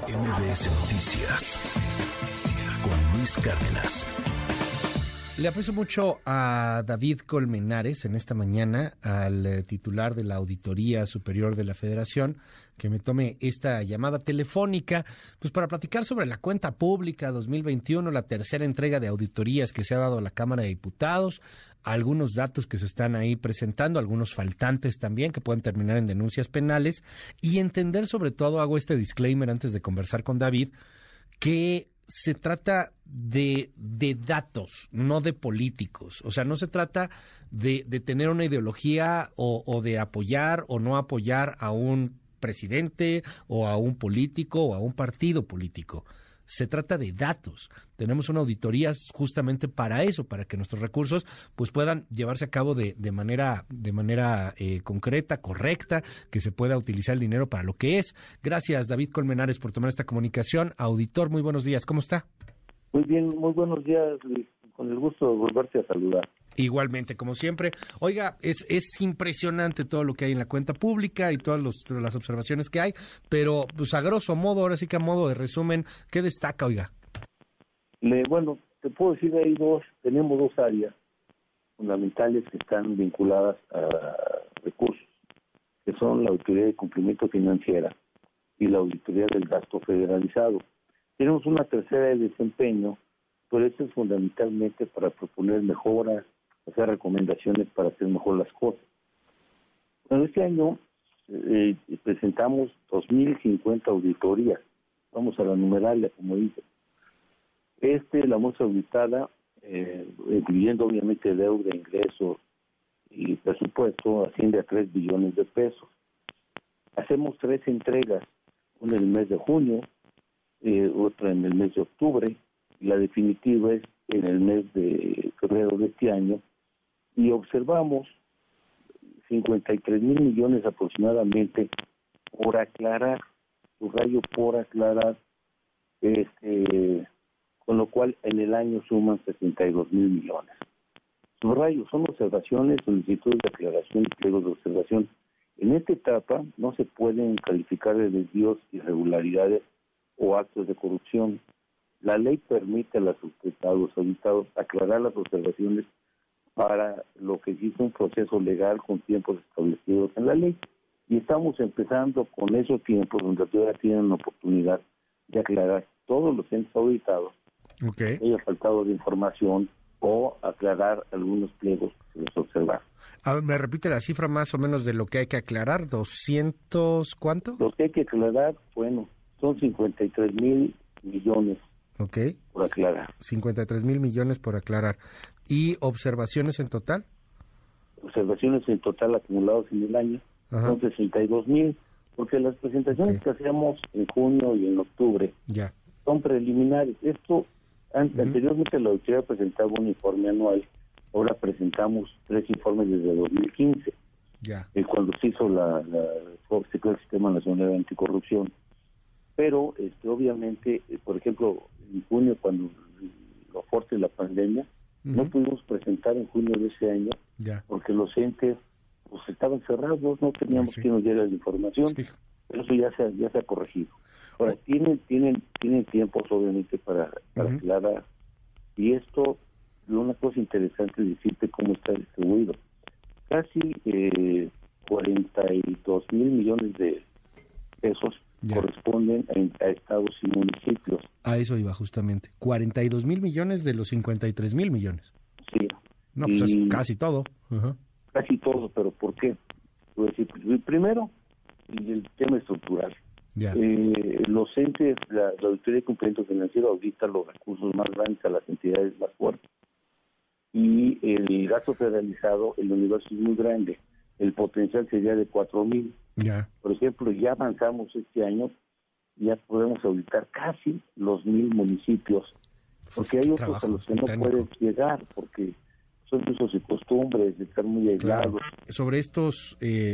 MBS Noticias con Luis Cárdenas. Le aprecio mucho a David Colmenares en esta mañana, al titular de la Auditoría Superior de la Federación, que me tome esta llamada telefónica, pues para platicar sobre la cuenta pública 2021, la tercera entrega de auditorías que se ha dado a la Cámara de Diputados, algunos datos que se están ahí presentando, algunos faltantes también que pueden terminar en denuncias penales, y entender sobre todo, hago este disclaimer antes de conversar con David, que se trata de datos, no de políticos. O sea, no se trata de tener una ideología o de apoyar o no apoyar a un presidente o a un político o a un partido político. Se trata de datos. Tenemos una auditoría justamente para eso, para que nuestros recursos pues puedan llevarse a cabo de manera concreta, correcta, que se pueda utilizar el dinero para lo que es. Gracias, David Colmenares, por tomar esta comunicación. Auditor, muy buenos días. ¿Cómo está? Muy bien, muy buenos días, Luis. Con el gusto de volverte a saludar. Igualmente, como siempre. Oiga, es impresionante todo lo que hay en la cuenta pública y todas las observaciones que hay, pero pues a grosso modo, ahora sí que a modo de resumen, ¿qué destaca, oiga? Bueno, te puedo decir, tenemos dos áreas fundamentales que están vinculadas a recursos, que son la auditoría de cumplimiento financiera y la auditoría del gasto federalizado. Tenemos una tercera de desempeño, pero esto es fundamentalmente para proponer mejoras, hacer recomendaciones para hacer mejor las cosas. Bueno, este año presentamos 2.050 auditorías. Vamos a la numeralia, como dice. La muestra auditada, incluyendo obviamente deuda, ingresos y presupuesto, asciende a 3 billones de pesos. Hacemos 3 entregas, una en el mes de junio, otra en el mes de octubre, y la definitiva es en el mes de febrero de este año, y observamos 53 mil millones aproximadamente por aclarar, subrayo por aclarar, con lo cual en el año suman 62 mil millones. Subrayo, son observaciones, solicitudes de aclaración y pliegos de observación. En esta etapa no se pueden calificar de desvíos, irregularidades o actos de corrupción. La ley permite a los auditados aclarar las observaciones para lo que existe un proceso legal con tiempos establecidos en la ley. Y estamos empezando con esos tiempos donde todavía tienen la oportunidad de aclarar todos los entes auditados, que haya faltado de información o aclarar algunos pliegos que se les observaron. A ver, ¿me repite la cifra más o menos de lo que hay que aclarar? ¿200 cuánto? Lo que hay que aclarar, bueno, son 53 mil millones. Okay. Por aclarar. 53 mil millones por aclarar. ¿Y observaciones en total? Observaciones en total acumulados en el año son 62 mil, porque las presentaciones que hacíamos en junio y en octubre son preliminares. Esto, anteriormente la auditoría presentaba un informe anual, ahora presentamos 3 informes desde 2015, cuando se hizo el Sistema Nacional de Anticorrupción. Pero obviamente, por ejemplo, en junio, cuando lo fuerte de la pandemia, no pudimos presentar en junio de ese año, porque los entes pues estaban cerrados, no teníamos que nos diera la información, pero eso ya se ha corregido. Ahora, tienen tiempos obviamente para aclarar, y esto, una cosa interesante es decirte cómo está distribuido. Casi 42 mil millones de pesos corresponden a estados y municipios. A eso iba justamente. 42 mil millones de los 53 mil millones. Sí. No, pues es casi todo. Casi todo, pero ¿por qué? Pues, primero, el tema estructural. Los entes, la auditoría de cumplimiento financiero audita los recursos más grandes a las entidades más fuertes. Y el gasto federalizado, el universo es muy grande. El potencial sería de 4 mil. Por ejemplo, ya avanzamos este año, ya podemos auditar casi los 1,000 municipios, porque hay otros a los que no puedes llegar, porque son usos y costumbres de estar muy aislados. Sobre estos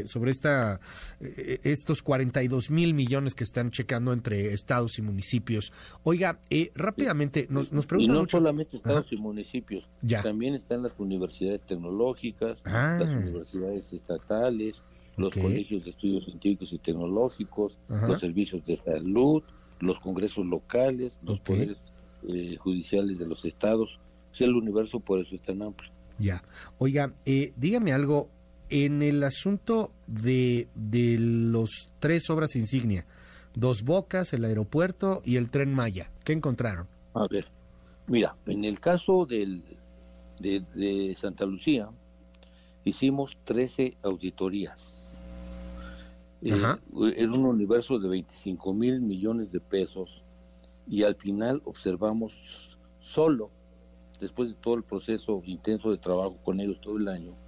42 mil millones que están checando entre estados y municipios. Oiga, rápidamente nos preguntan y no mucho. Solamente estados y municipios, también están las universidades tecnológicas, las universidades estatales, los colegios de estudios científicos y tecnológicos, los servicios de salud, los congresos locales, los poderes judiciales de los estados. Sí, el universo por eso es tan amplio. Ya. Oiga, dígame algo, en el asunto de los 3 obras insignia, Dos Bocas, el aeropuerto y el Tren Maya, ¿qué encontraron? A ver, mira, en el caso de Santa Lucía, hicimos 13 auditorías. En un universo de 25,000 millones de pesos, y al final observamos solo, después de todo el proceso intenso de trabajo con ellos todo el año,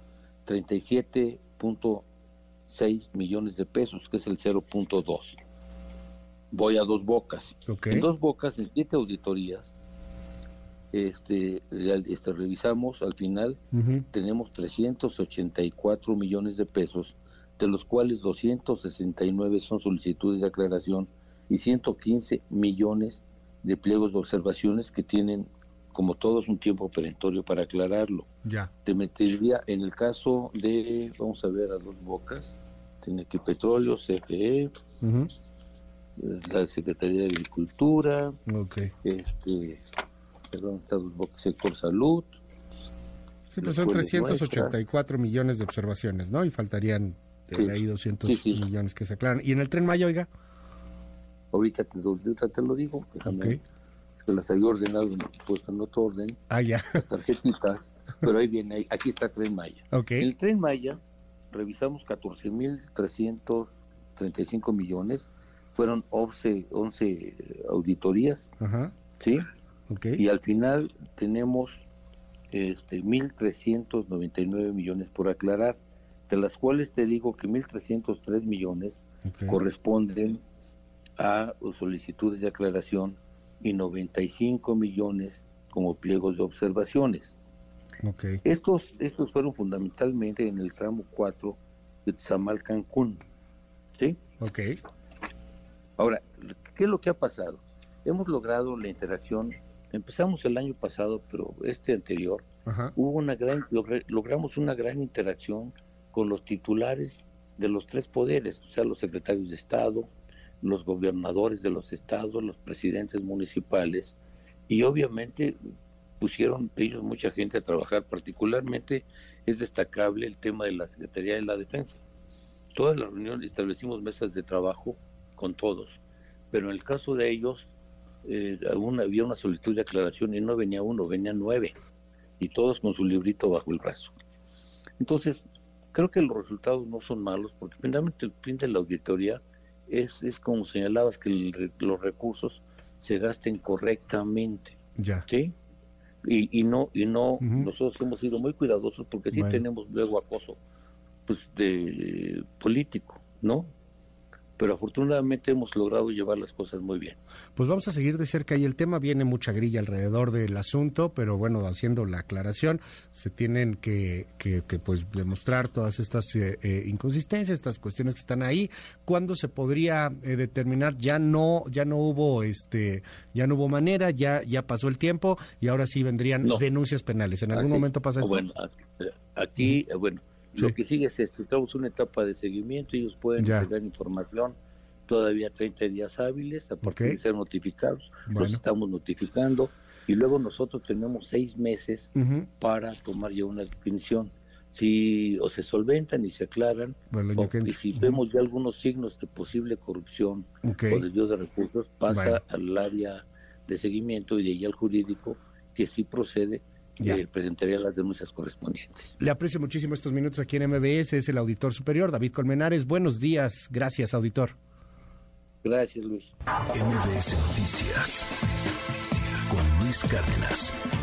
37.6 millones de pesos, que es el 0.2. Voy a Dos Bocas. En Dos Bocas, en 7 auditorías, revisamos, al final tenemos 384 millones de pesos, de los cuales 269 son solicitudes de aclaración y 115 millones de pliegos de observaciones que tienen, como todos, un tiempo perentorio para aclararlo. Ya. Te metería en el caso de, vamos a ver, a Dos Bocas, tiene que Petróleo, CFE, la Secretaría de Agricultura, Sector Salud. Sí, pues son 384 millones de observaciones, ¿no? Y faltarían ahí 200 millones que se aclaran. ¿Y en el Tren Maya, oiga? Ahorita te lo digo. Es que las había ordenado, puesto en otro orden. Ya. Las tarjetitas, pero ahí viene, aquí está Tren Maya. En el Tren Maya revisamos 14,335 millones. Fueron 11 auditorías. ¿Sí? Y al final tenemos 1,399 millones por aclarar, de las cuales te digo que 1,303 millones corresponden a solicitudes de aclaración y 95 millones como pliegos de observaciones. Estos fueron fundamentalmente en el tramo 4 de Tzamal-Cancún. ¿Sí? Ahora, ¿qué es lo que ha pasado? Hemos logrado la interacción. Empezamos el año pasado, pero anterior, logramos una gran interacción con los titulares de los 3 poderes, o sea, los secretarios de Estado, los gobernadores de los estados, los presidentes municipales, y obviamente pusieron ellos mucha gente a trabajar. Particularmente es destacable el tema de la Secretaría de la Defensa. Todas las reuniones establecimos mesas de trabajo con todos, pero en el caso de ellos había una solicitud de aclaración y no venía uno, venían 9, y todos con su librito bajo el brazo. Entonces, creo que los resultados no son malos, porque finalmente el fin de la auditoría es como señalabas, que los recursos se gasten correctamente. ¿Sí? Y no nosotros hemos sido muy cuidadosos, porque sí tenemos luego acoso de político, ¿no? Pero afortunadamente hemos logrado llevar las cosas muy bien. Pues vamos a seguir de cerca, y el tema viene mucha grilla alrededor del asunto, pero bueno, haciendo la aclaración, se tienen que pues demostrar todas estas inconsistencias, estas cuestiones que están ahí. ¿Cuándo se podría determinar? Ya no hubo manera, ya pasó el tiempo, y ahora sí vendrían denuncias penales. ¿En algún momento pasa esto? Bueno, aquí, lo que sigue es estamos una etapa de seguimiento. Ellos pueden entregar información todavía 30 días hábiles a partir de ser notificados. Los estamos notificando, y luego nosotros tenemos 6 meses para tomar ya una definición. Si o se solventan y se aclaran, y si vemos ya algunos signos de posible corrupción o desvío de recursos, pasa al área de seguimiento, y de ahí al jurídico, que sí procede. Presentaría las denuncias correspondientes. Le aprecio muchísimo estos minutos aquí en MBS. Es el auditor superior, David Colmenares. Buenos días. Gracias, auditor. Gracias, Luis. MBS Noticias con Luis Cárdenas.